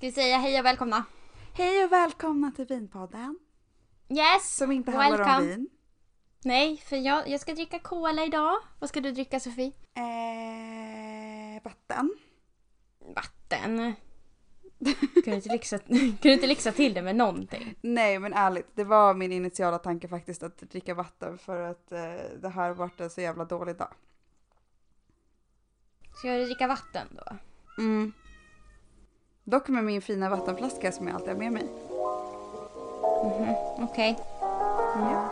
Ska vi säga hej och välkomna? Hej och välkomna till Vinpodden. Yes, som inte handlar om vin. Nej, för jag ska dricka cola idag. Vad ska du dricka, Sofie? Vatten. Vatten. Kan du inte lyxa till det med någonting? Nej, men ärligt, det var min initiala tanke faktiskt att dricka vatten för att det här har varit en så jävla dålig dag. Ska du dricka vatten då? Mm. Dock med min fina vattenflaska som jag alltid har med mig. Okej. Ja.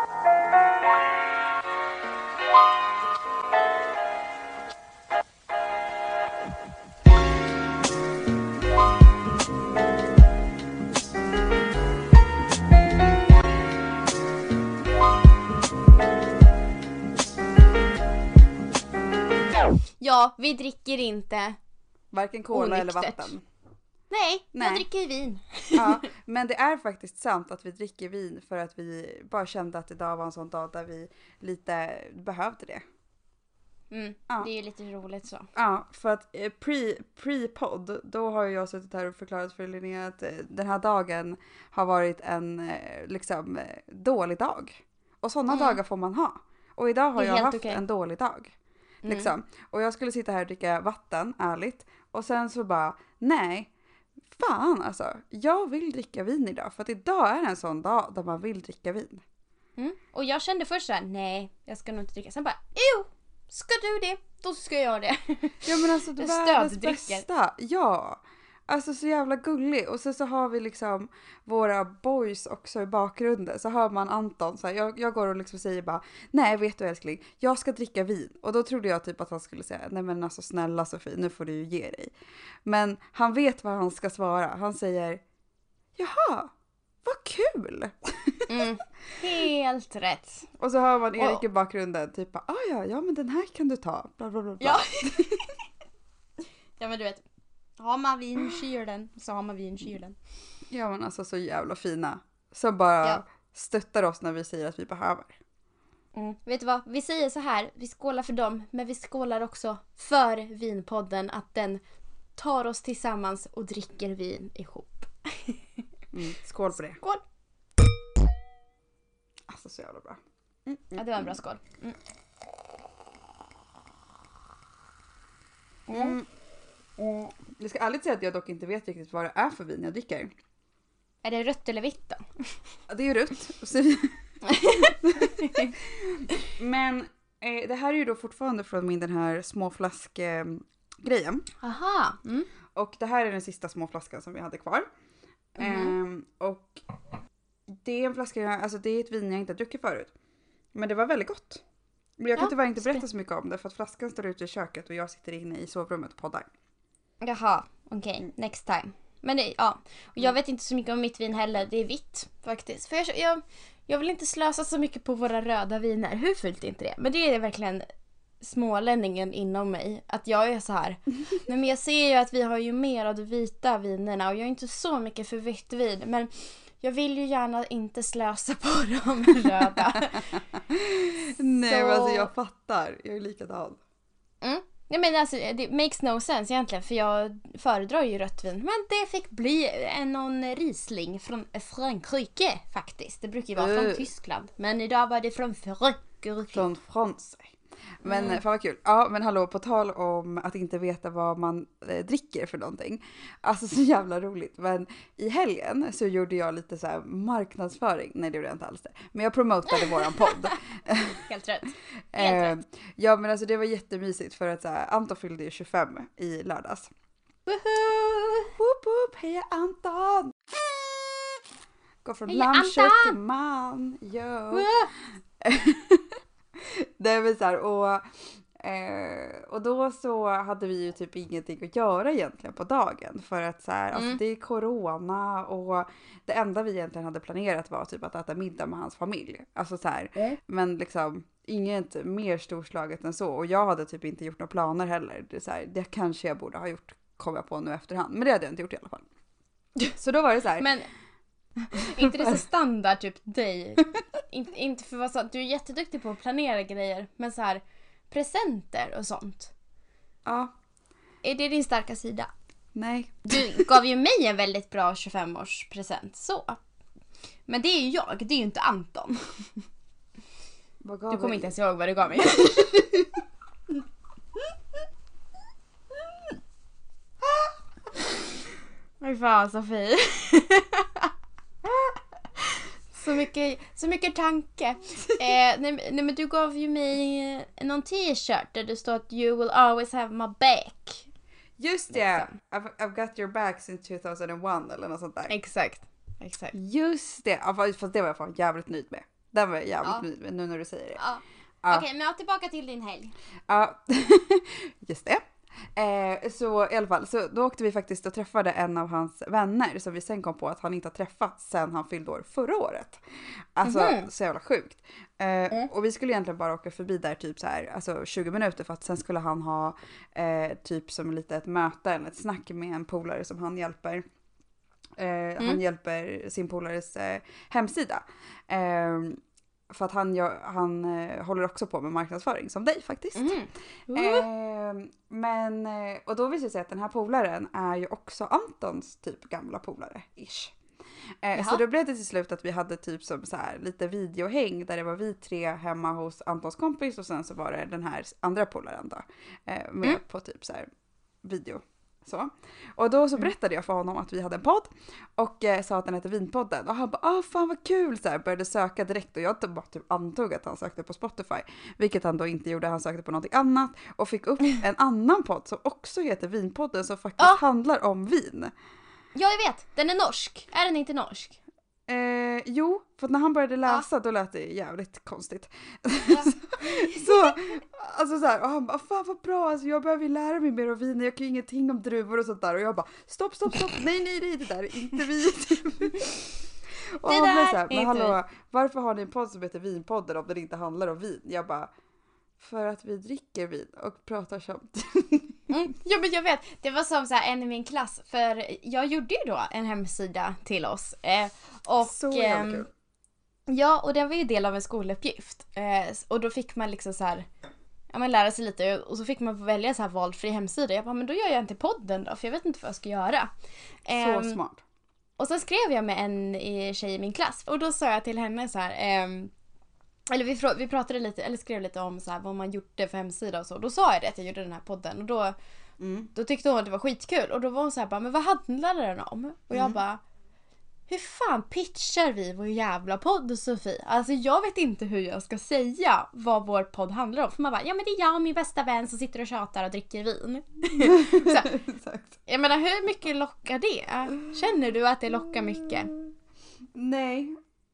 Ja, vi dricker inte. Varken cola eller Onyktert. vatten. Nej, Nej. jag dricker vin. Ja, men det är faktiskt sant att vi dricker vin för att vi bara kände att idag var en sån dag där vi lite behövde det. Ja. Det är ju lite roligt så. Ja, för att pre-podd, då har jag suttit här och förklarat för Linnea att den här dagen har varit en dålig dag. Och sådana dagar får man ha. Och idag har Det är jag helt haft okej. en dålig dag. Liksom. Och jag skulle sitta här och dricka vatten, ärligt. Och sen så bara, nej, fan alltså. Jag vill dricka vin idag. För att idag är en sån dag där man vill dricka vin. Och jag kände först såhär, nej, jag ska nog inte dricka. Sen bara, ska du det? Då ska jag det. Ja, men alltså det Jag var världens stöddricker. bästa. Ja. Alltså så jävla gullig. Och så har vi liksom våra boys också i bakgrunden. Så hör man Anton så här, jag går och liksom säger bara, nej vet du älskling, jag ska dricka vin. Och då trodde jag typ att han skulle säga, nej men alltså snälla Sofie, nu får du ju ge dig. Men han vet vad han ska svara. Han säger, jaha, vad kul. Helt rätt. Och så hör man Erik i bakgrunden typ, ja men den här kan du ta. Bla, bla, bla, bla. Ja. Ja, men du vet, har man vin, kylen, så har man vin, kylen. Ja men alltså så jävla fina. Som bara stöttar oss när vi säger att vi behöver. Vet du vad? Vi säger så här, vi skålar för dem, men vi skålar också för Vinpodden, att den tar oss tillsammans och dricker vin ihop. Skål på det. Skål! Alltså så jävla bra. Ja, det var en bra skål. Jag ska ärligt säga att jag dock inte vet riktigt vad det är för vin jag dricker. Är det rött eller vitt då? Ja, det är ju rött. Men det här är ju då fortfarande från den här småflask-grejen. Aha. Och det här är den sista småflaskan som vi hade kvar. Och det är en flaska, alltså det är ett vin jag inte har druckit förut. Men det var väldigt gott. Men jag kan tyvärr inte berätta så mycket om det för att flaskan står ute i köket och jag sitter inne i sovrummet och poddar. Jaha, okej. Next time. Men det, ja. Och jag vet inte så mycket om mitt vin heller. Det är vitt faktiskt. För jag vill inte slösa så mycket på våra röda viner. Hur fult är inte det? Men det är verkligen smålänningen inom mig. Att jag är så här. Men jag ser ju att vi har ju mer av de vita vinerna. Och jag är inte så mycket för vitt vin. Men jag vill ju gärna inte slösa på de röda. Nej, men alltså jag fattar. Jag är likadan. Nej, men alltså, det makes no sense egentligen, för jag föredrar ju rött vin. Men det fick bli någon Riesling från Frankrike faktiskt. Det brukar ju vara från Tyskland. Men idag var det från Frankrike. Från Frankrike. Men fan vad kul. Ja, men hallå, på tal om att inte veta vad man dricker för någonting. Alltså så jävla roligt. Men i helgen så gjorde jag lite så här marknadsföring. Nej, det gjorde jag inte alls det. Men jag promotade våran podd. Helt rätt. Helt rätt. Ja, men alltså det var jättemysigt för att så här, Anton fyllde ju 25 i lördags. Woohoo! Woop woop, heja Anton! Gå från Heja lammkött Anton! till man. Yo. Woo! Det är väl så här, och då så hade vi ju typ ingenting att göra egentligen på dagen för att så här, alltså det är corona och det enda vi egentligen hade planerat var typ att äta middag med hans familj. Alltså så här, men liksom inget mer storslaget än så och jag hade typ inte gjort några planer heller. Det är så här, det kanske jag borde ha gjort, kom jag på nu efterhand, men det hade jag inte gjort i alla fall. Så då var det så här. Men inte det så standard typ dig. Inte för vad så, du är jätteduktig på att planera grejer, men så här presenter och sånt. Ja. Är det din starka sida? Nej. Du gav ju mig en väldigt bra 25-årspresent, så. Men det är ju jag, det är ju inte Anton. Du kommer inte ens ihåg vad du gav mig. Oj fan, Sofie. Så mycket tanke. Nej, men du gav ju mig någon t-shirt där det står att you will always have my back. Just det, I've got your back since 2001 eller något sånt där. Exakt. Just det, fast det var jag fan jävligt nöjd med. Den var jag jävligt nöjd med nu när du säger det. Ja. Okej, men tillbaka till din helg. Ja, just det. Så i alla fall, så då åkte vi faktiskt och träffade en av hans vänner som vi sen kom på att han inte har träffat sen han fyllde år förra året. Alltså så jävla sjukt. Och vi skulle egentligen bara åka förbi där typ så här, alltså 20 minuter för att sen skulle han ha typ som lite ett möte eller ett snack med en polare som han hjälper. Han hjälper sin polares hemsida. För att han håller också på med marknadsföring som dig faktiskt. Men, och då visar det sig att den här polaren är ju också Antons typ gamla polare, ish. Så då blev det till slut att vi hade typ som så här lite videohäng där det var vi 3 hemma hos Antons kompis och sen så var det den här andra polaren då med på typ så här video. Så. Och då så berättade jag för honom att vi hade en podd och sa att den hette Vinpodden och han bara, fan vad kul, så här, började söka direkt och jag bara typ antog att han sökte på Spotify, vilket han då inte gjorde, han sökte på någonting annat och fick upp en annan podd som också heter Vinpodden som faktiskt handlar om vin. Ja, jag vet, den är norsk, är den inte norsk? Jo, för när han började läsa då lät det jävligt konstigt. Så, alltså så här, och han bara, fan vad bra, alltså jag behöver lära mig mer om vin, jag kan ju ingenting om druvor och sånt där. Och jag bara, stopp, nej, det där är inte vin. Och han blev så här, men hallå, varför har ni en podd som heter Vinpodden om den inte handlar om vin? Jag bara, för att vi dricker vin och pratar samtidigt. Ja, men jag vet, det var som så här en i min klass, för jag gjorde ju då en hemsida till oss. Och, så jävla kul. Ja, och den var ju del av en skoluppgift. Och då fick man liksom så här, ja, man lära sig lite och så fick man välja så här valfri hemsida. Jag bara, men då gör jag inte podden då, för jag vet inte vad jag ska göra. Så smart. Och så skrev jag med en tjej i min klass och då sa jag till henne så här, eller vi pratade lite, eller skrev lite om så här, vad man gjorde för hemsida och så. Då sa jag det att jag gjorde den här podden och då tyckte hon att det var skitkul. Och då var hon så här, bara, men vad handlade den om? Och jag bara, hur fan pitchar vi vår jävla podd, Sofie? Alltså jag vet inte hur jag ska säga vad vår podd handlar om. För man bara, ja men det är jag och min bästa vän som sitter och tjatar och dricker vin. Så, exakt. Jag menar, hur mycket lockar det? Känner du att det lockar mycket? Nej.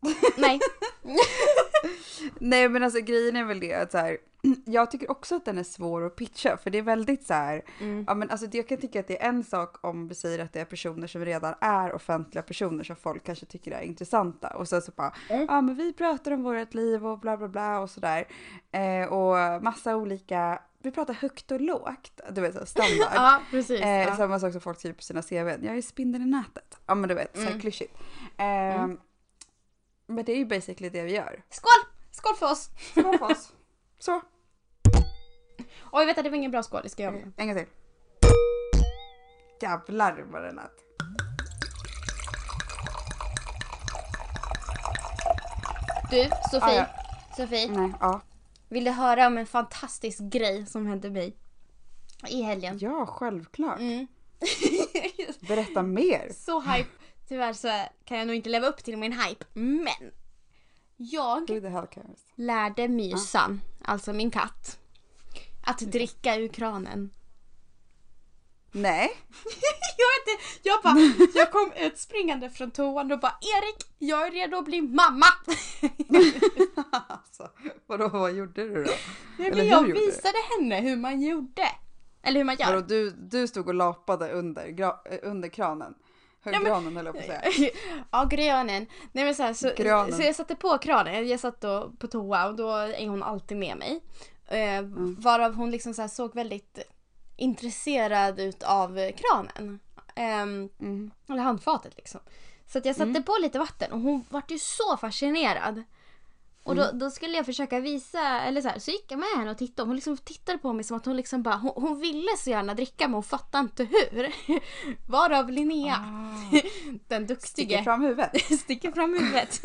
Nej, men alltså grejen är väl det att så här, jag tycker också att den är svår att pitcha, för det är väldigt så här, ja men alltså jag kan tycka att det är en sak om vi säger att det är personer som redan är offentliga personer som folk kanske tycker är intressanta och så bara, ja men vi pratar om vårt liv och bla bla bla och sådär och massa olika, vi pratar högt och lågt, du vet så standard. Ja, precis. Samma sak som folk skriver på sina CV:n, jag är spindeln i nätet. Ja men du vet, så här klyschigt. Men det är ju basically det vi gör. Skål för oss! Skål för oss. Så. Oj, vet du, det var ingen bra skål, det ska jag göra. En gång till. Jävlar vad det lät. Du, Sofie. Sofie. Nej, ja. Vill du höra om en fantastisk grej som hände mig i helgen? Ja, självklart. Berätta mer. Så hype. Tyvärr så kan jag nog inte leva upp till min hype. Men jag lärde Mysan, alltså min katt, att dricka ur kranen. Nej. Jag kom ut springande från toan och bara, Erik, jag är redo att bli mamma. Alltså, vad gjorde du då? Nej, men jag visade henne hur man gjorde. Eller hur man gör. Du stod och lapade under kranen. Granen höll jag på att säga. Ja, granen. Nej, men så jag satte på kranen. Jag satt då på toa och då är hon alltid med mig. Varav hon liksom så här såg väldigt intresserad ut av kranen. Eller handfatet liksom. Så att jag satte på lite vatten och hon var ju så fascinerad. Och då skulle jag försöka visa, eller så här, så gick jag med henne och tittade. Hon liksom tittade på mig som att hon liksom bara, hon ville så gärna dricka men hon fattade inte hur. Varav Linnea, den duktiga. Sticker fram huvudet.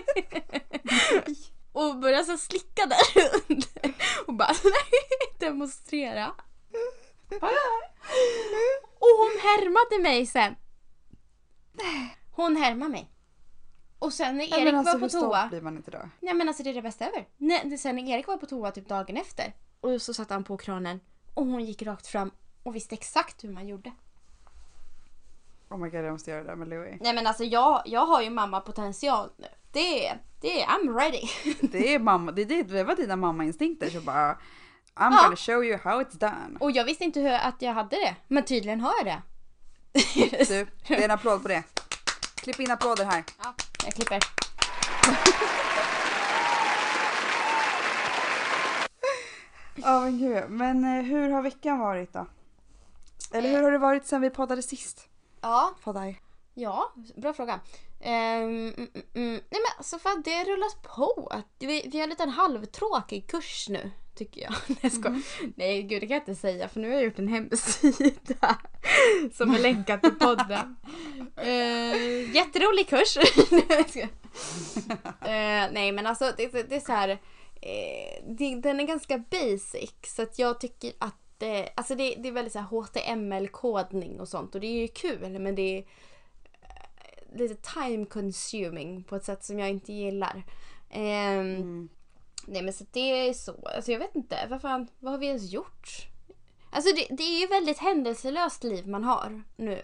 Och började så slicka där under. Och bara demonstrera. Och hon härmade mig sen. Hon härmade mig. Och sen när Erik var på toa. Blir man inte då? Nej men alltså det är det bästa över. Nej, sen när Erik var på toa typ dagen efter. Och så satte han på kranen. Och hon gick rakt fram och visste exakt hur man gjorde. Oh my god, jag måste göra det där med Louie. Nej men alltså jag har ju mamma potential nu. Det är I'm ready. Det är mamma, det var dina mammainstinkter så bara I'm gonna show you how it's done. Och jag visste inte att jag hade det. Men tydligen har jag det. Du, det är en applåd på det. Klipp in applåder här. Ja, jag klipper. Ja men gud. Men hur har veckan varit då? Eller hur har det varit sen vi poddade sist? Ja. För dig? Ja, bra fråga. Nej men alltså fan, det rullat på. Vi har lite en halvtråkig kurs nu, tycker jag. Nej gud, det kan jag inte säga för nu har jag gjort en hemsida som är länkad till podden. Jätterolig kurs. Nej men alltså det är så här, den är ganska basic så att jag tycker att alltså det är väldigt så här HTML-kodning och sånt och det är ju kul men det är lite time consuming på ett sätt som jag inte gillar. Nej men så det är så. Alltså jag vet inte. Vad har vi ens gjort? Alltså det är ju väldigt händelselöst liv man har nu.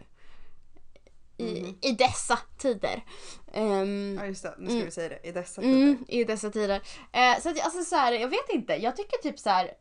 I dessa tider. Ja just det, nu ska vi säga det. I dessa tider. I dessa tider. Så att, alltså så här, jag vet inte. Jag tycker typ så här.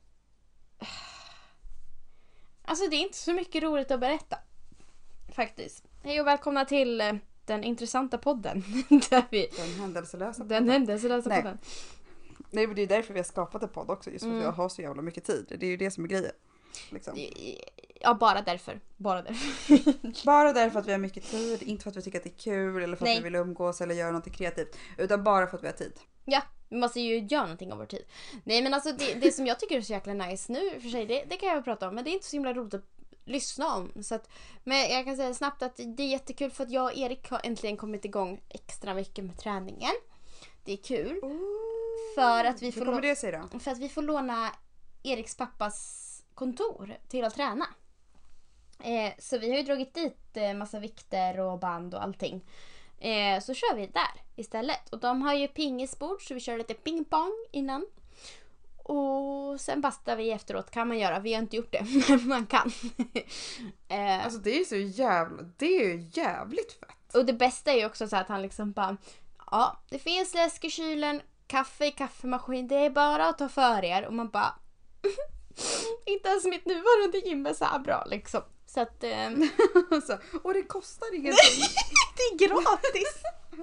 Alltså det är inte så mycket roligt att berätta. Faktiskt. Hej och välkomna till den intressanta podden. Den händelselösa podden. Nej, men det är därför vi har skapat en podd också. Just för att jag har så jävla mycket tid. Det är ju det som är grejen. Liksom. Ja, bara därför. Bara därför att vi har mycket tid. Inte för att vi tycker att det är kul. Eller för att vi vill umgås eller göra något kreativt. Utan bara för att vi har tid. Ja, vi måste ju göra någonting av vår tid. Nej men alltså det som jag tycker är så jäkla nice nu. För sig, det kan jag prata om. Men det är inte så himla roligt att lyssna om. Så att, men jag kan säga snabbt att det är jättekul för att jag och Erik har äntligen kommit igång extra mycket med träningen. Det är kul. För att vi får kommer det sig då? För att vi får låna Eriks pappas kontor till att träna. Så vi har ju dragit dit massa vikter och band och allting. Så kör vi där istället. Och de har ju pingisbord så vi kör lite pingpong innan. Och sen bastar vi efteråt kan man göra. Vi har inte gjort det, men man kan. Alltså det är så jävla... Det är ju jävligt fett. Och det bästa är ju också så att han liksom bara... Ja, det finns läsk i kylen, kaffe i kaffemaskin. Det är bara att ta för er. Och man bara... inte ens mitt nuvarande gym är så här bra liksom. Så att... och det kostar ingenting. Det är gratis.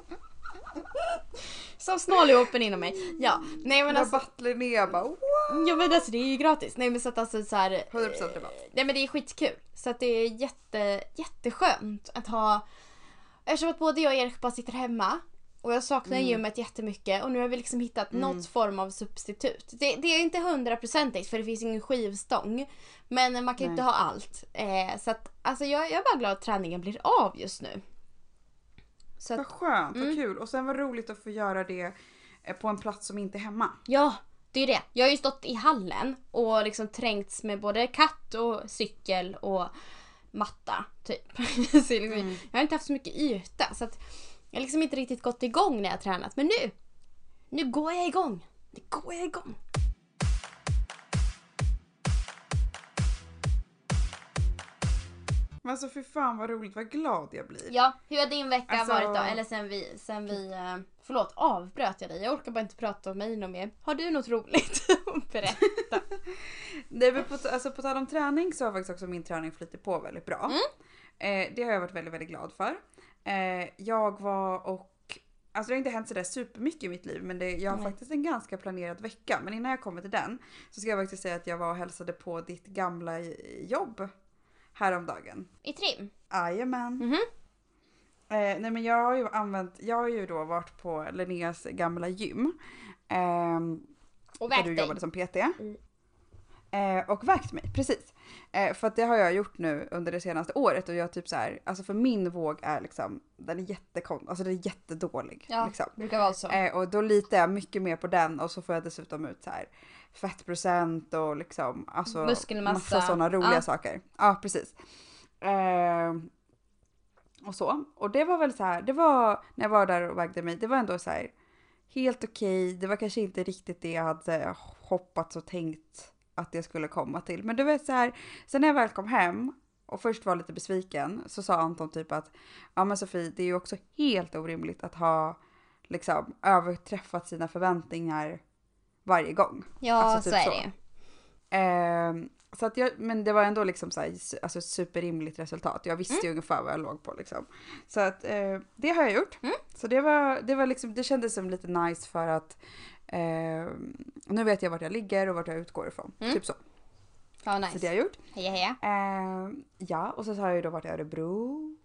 Som snåljåpen inom mig. Ja, nej men alltså Linnea bara wow. Ja men alltså det är ju gratis. Nej men så att alltså så här 100% rabatt. Nej men det är skitkul. Så att det är jätteskönt att ha. Eftersom att både jag och Erik bara sitter hemma och jag saknar gymmet jättemycket och nu har vi liksom hittat något form av substitut. Det är inte 100% för det finns ingen skivstång. Men man kan inte ha allt. Så att alltså jag är bara glad att träningen blir av just nu. Så att, vad skönt, vad kul. Och sen var roligt att få göra det på en plats som inte är hemma. Ja, det är det. Jag har ju stått i hallen och liksom trängts med både katt och cykel och matta typ. Så liksom, jag har inte haft så mycket yta så att jag har liksom inte riktigt gått igång när jag har tränat. Men nu går jag igång. Nu går jag igång. Men alltså för fan vad roligt, vad glad jag blir. Ja, hur har din vecka varit då? Eller sen vi förlåt, avbröt jag dig. Jag orkar bara inte prata om mig något mer. Har du något roligt att berätta? Nej, men på tal om träning så har faktiskt också min träning flyttat på väldigt bra. Det har jag varit väldigt, väldigt glad för. Jag var och alltså det har inte hänt sådär supermycket i mitt liv, men jag har faktiskt en ganska planerad vecka. Men innan jag kommer till den så ska jag faktiskt säga att jag var och hälsade på ditt gamla jobb häromdagen. I trim? Jajamän. Nej men jag har ju då varit på Linneas gamla gym. Och där vägt du dig. jobbade som PT. Och vägt mig, precis. För att det har jag gjort nu under det senaste året och jag typ så här, alltså för min våg är liksom, den är alltså den är jättedålig. Ja, liksom. brukar vara så. Och då litar jag mycket mer på den och så får jag dessutom ut så här fettprocent och liksom, alltså muskelmassa. massa sådana roliga saker. Ja, precis. Och så. Och det var väl så här, det var när jag var där och vägde mig, det var ändå så här helt okej. Det var kanske inte riktigt det jag hade hoppats och tänkt att det skulle komma till. Men du vet så här, sen när jag väl kom hem och först var lite besviken så sa Anton typ att ja men Sofie, det är ju också helt orimligt att ha liksom överträffat sina förväntningar varje gång. Ja, alltså, typ så är det ju. Så att men det var ändå liksom så här, alltså superrimligt resultat. Jag visste ju ungefär vad jag låg på liksom. Så att det har jag gjort. Så det var liksom, det kändes som lite nice för att nu vet jag vart jag ligger och vart jag utgår ifrån. Typ så. Ja, nice. Så det har jag gjort. Heja. Ja, och så har jag ju då varit i Örebro.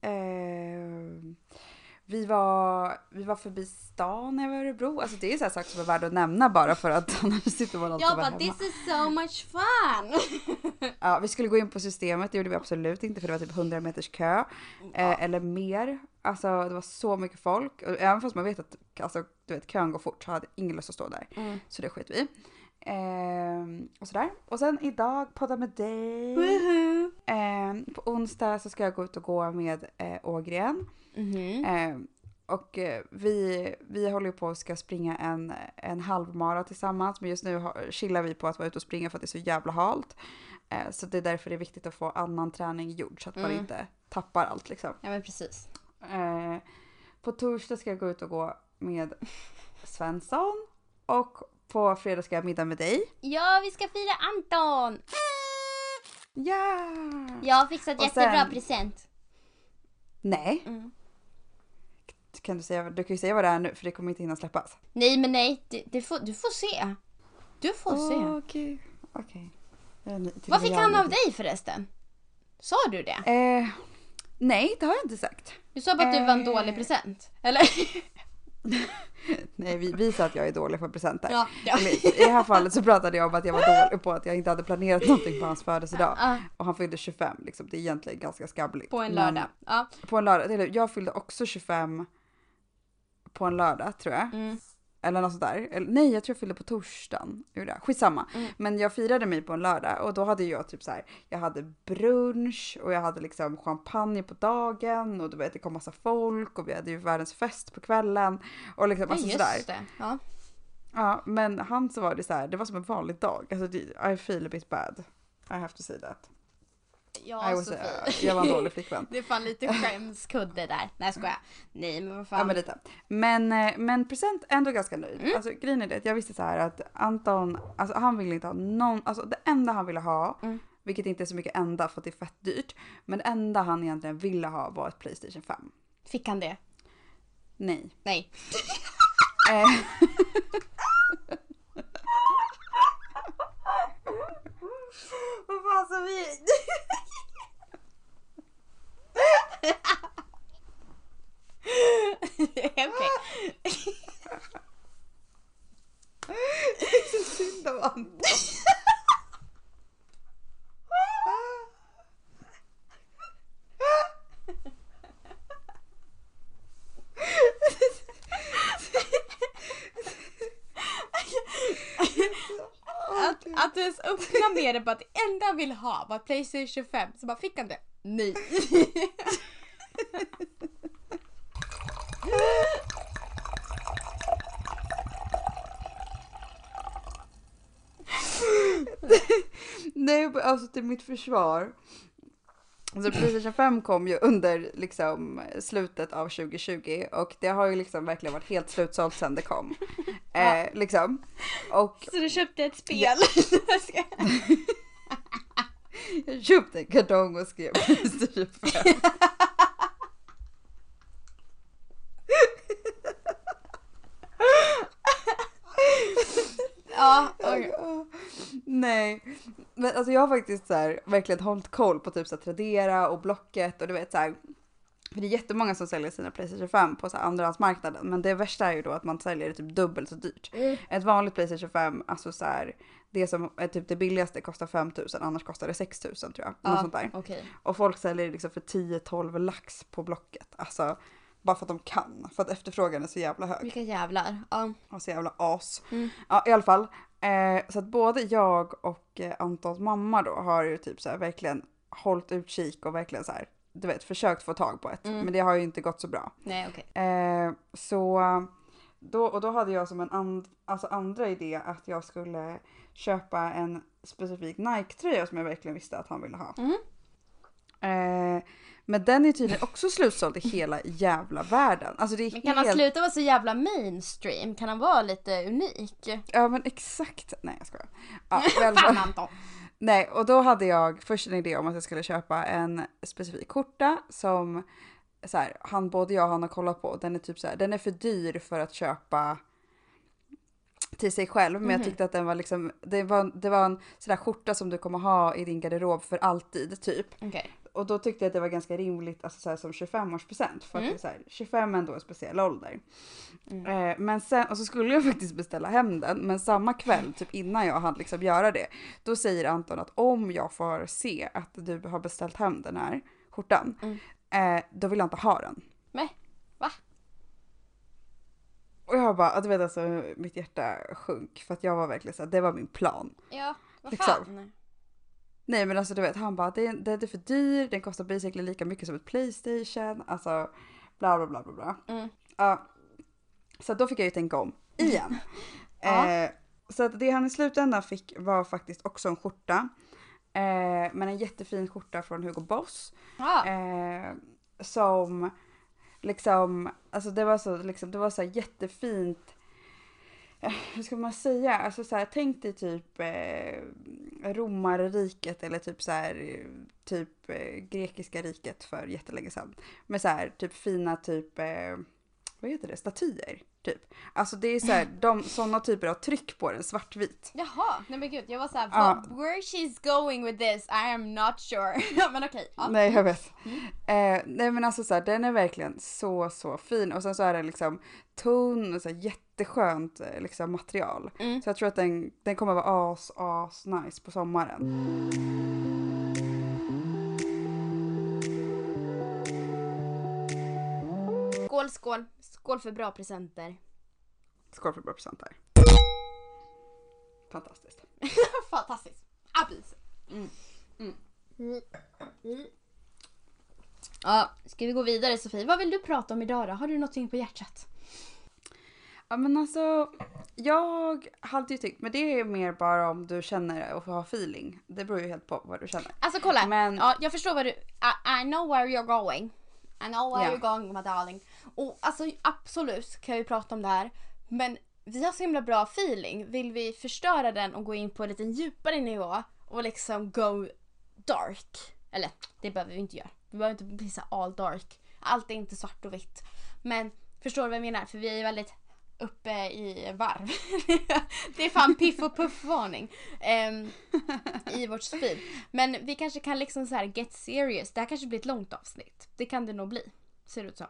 Vi var förbi stan när jag var i Örebro. Alltså det är så här saker som är värda att nämna bara för att annars sitter man alltid Jag bara bara, hemma. this is so much fun! Ja, vi skulle gå in på systemet, det gjorde vi absolut inte för det var typ 100 meters kö. Eller mer. Alltså det var så mycket folk. Och även fast man vet att alltså, du vet, kön går fort så hade ingen lust att stå där. Så det skit vi. Och sådär. Och sen idag podda med dig. På onsdag så ska jag gå ut och gå med Ågren. Och vi håller på att ska springa en halvmara tillsammans. Men just nu chillar vi på att vara ute och springa för att det är så jävla halt. Så det är därför det är viktigt att få annan träning gjord så att man inte tappar allt liksom. Ja men precis. På torsdag ska jag gå ut och gå med Svensson. Och på fredag ska jag middag med dig. Ja, vi ska fira Anton! Ja! Jag har fixat Och jättebra sen- present. Nej. Du kan ju säga vad det är nu för det kommer inte hinna släppas. Nej, men nej. Du får se. Du får se. Okej. Vad fick han av dig förresten? Sa du det? Nej, det har jag inte sagt. Du sa bara att du var en dålig present. Eller? Nej, vi sa att jag är dålig på presenter. Ja. Eller, i det här fallet så pratade jag om att jag var dålig på att jag inte hade planerat någonting på hans födelsedag. Och han fyllde 25, liksom. Det är egentligen ganska skabbligt. På en lördag. Ja. På en lördag. Jag fyllde också 25 på en lördag, tror jag. Eller något sånt där. Nej, jag tror jag fyllde på torsdagen. Skitsamma. Men jag firade mig på en lördag och då hade jag typ så här, jag hade brunch och jag hade liksom champagne på dagen och du vet det kom massa folk och vi hade ju världens fest på kvällen och liksom alltså sådär. Det. Ja. Ja, men han så var det så här, det var som en vanlig dag. Alltså I feel a bit bad. I have to say that. Ja, jag var en dålig flickvän. Det är fan lite skämskudde där. Nej, skojar. Nej, men vad fan. Ja, men lite. Men present ändå ganska nöjd. Alltså grejen är det att jag visste så här att Anton, alltså han ville inte ha någon, alltså det enda han ville ha, vilket inte är så mycket enda för att det är fett dyrt, men det enda han egentligen ville ha var ett PlayStation 5. Fick han det? Nej. Nej. Vad fan så vi... Okej. Det är så synd om Anton. Att du ens öppna med det på att det enda han vill ha var PlayStation 5. Så bara fick han det. Nej. Nej, alltså till mitt försvar. Så PlayStation 5 kom ju under liksom slutet av 2020 och det har ju liksom verkligen varit helt slutsålt sedan det kom. Liksom. Och Så du köpte ett spel? jag köpte en kartong och skrev PlayStation 5. Ja, Nej, men alltså jag har faktiskt så här verkligen hållit koll på typ så här Tradera och Blocket och du vet så här För det är jättemånga som säljer sina PlayStation 5 på så här andrahandsmarknaden. Men det värsta är ju då att man säljer det typ dubbelt så dyrt. Ett vanligt PlayStation 5, alltså så här, det som är typ det billigaste kostar 5 000, annars kostar det 6 000 tror jag. Något sånt där. Okay. Och folk säljer det liksom för 10-12 lax på Blocket. Alltså bara för att de kan. För att efterfrågan är så jävla hög. Vilka jävlar. Och så jävla as. Ja, i alla fall. Så att både jag och Antons mamma då har ju typ så här verkligen hållit utkik och verkligen så här, du vet, försökt få tag på ett. Men det har ju inte gått så bra. Nej, okej. Så då hade jag som en andra idé att jag skulle köpa en specifik Nike-tröja som jag verkligen visste att han ville ha. Men den är tydligen också slutsåld i hela jävla världen. Alltså det är men kan han sluta vara så jävla mainstream? Kan han vara lite unik? Ja men exakt. Nej jag skojar. Ja, nej, och då hade jag först en idé om att jag skulle köpa en specifik skjorta som så här, både jag och han har kollat på. Den är typ så här, den är för dyr för att köpa till sig själv, men jag tyckte att den var liksom, det var en sån där skjorta som du kommer ha i din garderob för alltid typ. Okay. Och då tyckte jag att det var ganska rimligt, alltså så här, som 25-årspresent, för att det är så här, 25 är ändå en speciell ålder. Men sen, och så skulle jag faktiskt beställa hem den, men samma kväll typ innan jag hann liksom göra det, då säger Anton att om jag får se att du har beställt hem den här skjortan, då vill jag inte ha den. Nej, va? Och jag bara, du vet alltså, mitt hjärta sjönk, för att jag var verkligen så här, det var min plan. Ja, vad liksom. fan? Nej men alltså du vet, han bara, det är för dyr, den kostar basically lika mycket som ett PlayStation, alltså bla bla bla bla bla. Så då fick jag ju tänka om igen. Så att det han i slutändan fick var faktiskt också en skjorta. Men en jättefin skjorta från Hugo Boss. Som liksom, alltså det var så här jättefint. Hur ska man säga? Alltså så här, tänk dig typ romarriket eller typ så här grekiska riket för jättelänge sedan. Med så här typ fina typ vad heter det? Statyer typ. Alltså det är så här såna typer av tryck på den, svartvit. Jaha, nej men gud, jag var så här, where she's going with this, I am not sure. Men okej. Nej, jag vet. Nej men alltså så här, den är verkligen så fin, och sen så är den liksom tunn och så här jätteskönt liksom material. Så jag tror att den kommer vara as nice på sommaren. Skål för bra presenter. Skål för bra presenter. Fantastiskt. Fantastiskt. Abis. Ja, ska vi gå vidare Sofie? Vad vill du prata om idag då? Har du någonting på hjärtat? Ja men alltså, jag hade ju tyckt, men det är mer bara om du känner och får ha feeling. Det beror ju helt på vad du känner. Alltså kolla, men ja, jag förstår vad du, I know where you're going. I know where you're going, my darling. Och alltså absolut kan vi prata om det här. Men vi har så himla bra feeling. Vill vi förstöra den och gå in på en lite djupare nivå och liksom go dark? Eller, det behöver vi inte göra. Vi behöver inte bli så all dark. Allt är inte svart och vitt. Men förstår du vad jag menar? För vi är väldigt uppe i varv. Det är fan piff och puff-varning i vårt speed. Men vi kanske kan liksom så här get serious. Det här kanske blir ett långt avsnitt. Det kan det nog bli. Ser det ut så.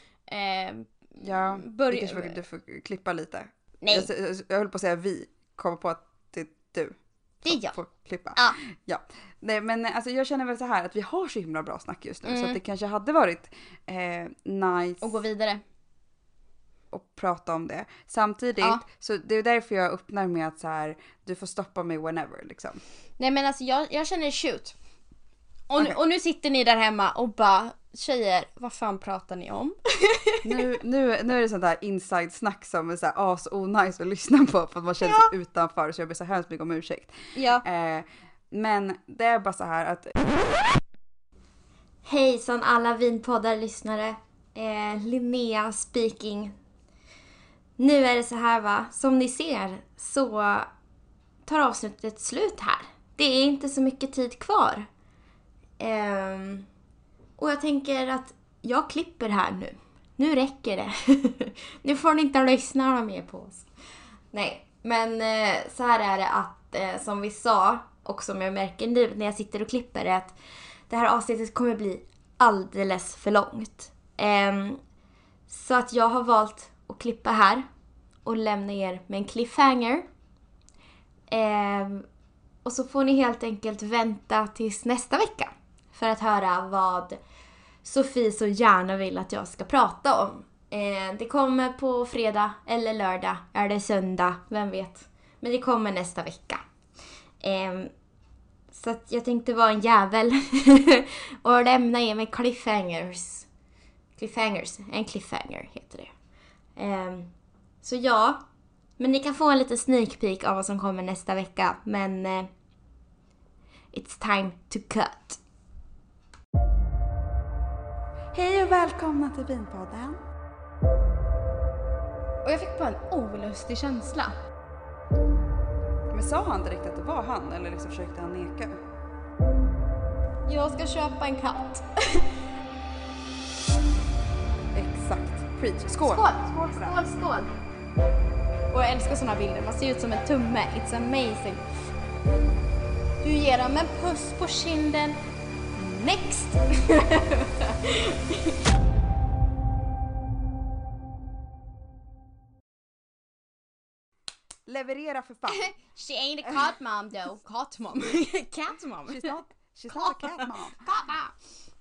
Ja, det kanske du får klippa lite. Nej. Jag höll på att säga vi. Kommer på att det är du. Det är jag. Får klippa. Ja. Nej, men alltså jag känner väl så här att vi har så himla bra snack just nu. Så att det kanske hade varit nice. Och gå vidare. Och prata om det. Samtidigt, så det är därför jag öppnar med att så här, du får stoppa mig whenever liksom. Nej men alltså jag känner shoot. Och nu sitter ni där hemma och bara, tjejer, vad fan pratar ni om? nu är det sånt där inside snack som är så här onajs att lyssna på, för att man känner sig utanför, så jag ber så hemskt mycket om ursäkt. Ja. Men det är bara så här att hejsan alla vinpoddar-lyssnare. Linnea speaking. Nu är det så här va, som ni ser så tar avsnittet slut här. Det är inte så mycket tid kvar. Och jag tänker att jag klipper här nu. Nu räcker det. Nu får ni inte lyssna mer på oss. Nej, men så här är det att som vi sa och som jag märker nu när jag sitter och klipper är att det här avsnittet kommer bli alldeles för långt. Så att jag har valt att klippa här och lämna er med en cliffhanger. Och så får ni helt enkelt vänta tills nästa vecka för att höra vad Sofie så gärna vill att jag ska prata om. Det kommer på fredag eller lördag, är det söndag, vem vet. Men det kommer nästa vecka. Så att jag tänkte vara en jävel och lämna er med cliffhangers. En cliffhanger heter det. Så ja, men ni kan få en liten sneak peek av vad som kommer nästa vecka. Men it's time to cut. Hej och välkomna till Vinpodden. Och jag fick bara en olustig känsla. Men sa han direkt att det var han eller liksom försökte han neka? Jag ska köpa en katt. Exakt. Preach. Skål! Skål! Och jag älskar såna bilder. Man ser ut som en tumme. It's amazing. Du ger dem en puss på kinden. Next! Leverera för fan. She ain't a cat mom though. Cat mom. Cat mom. She's not a cat mom. Cat mom.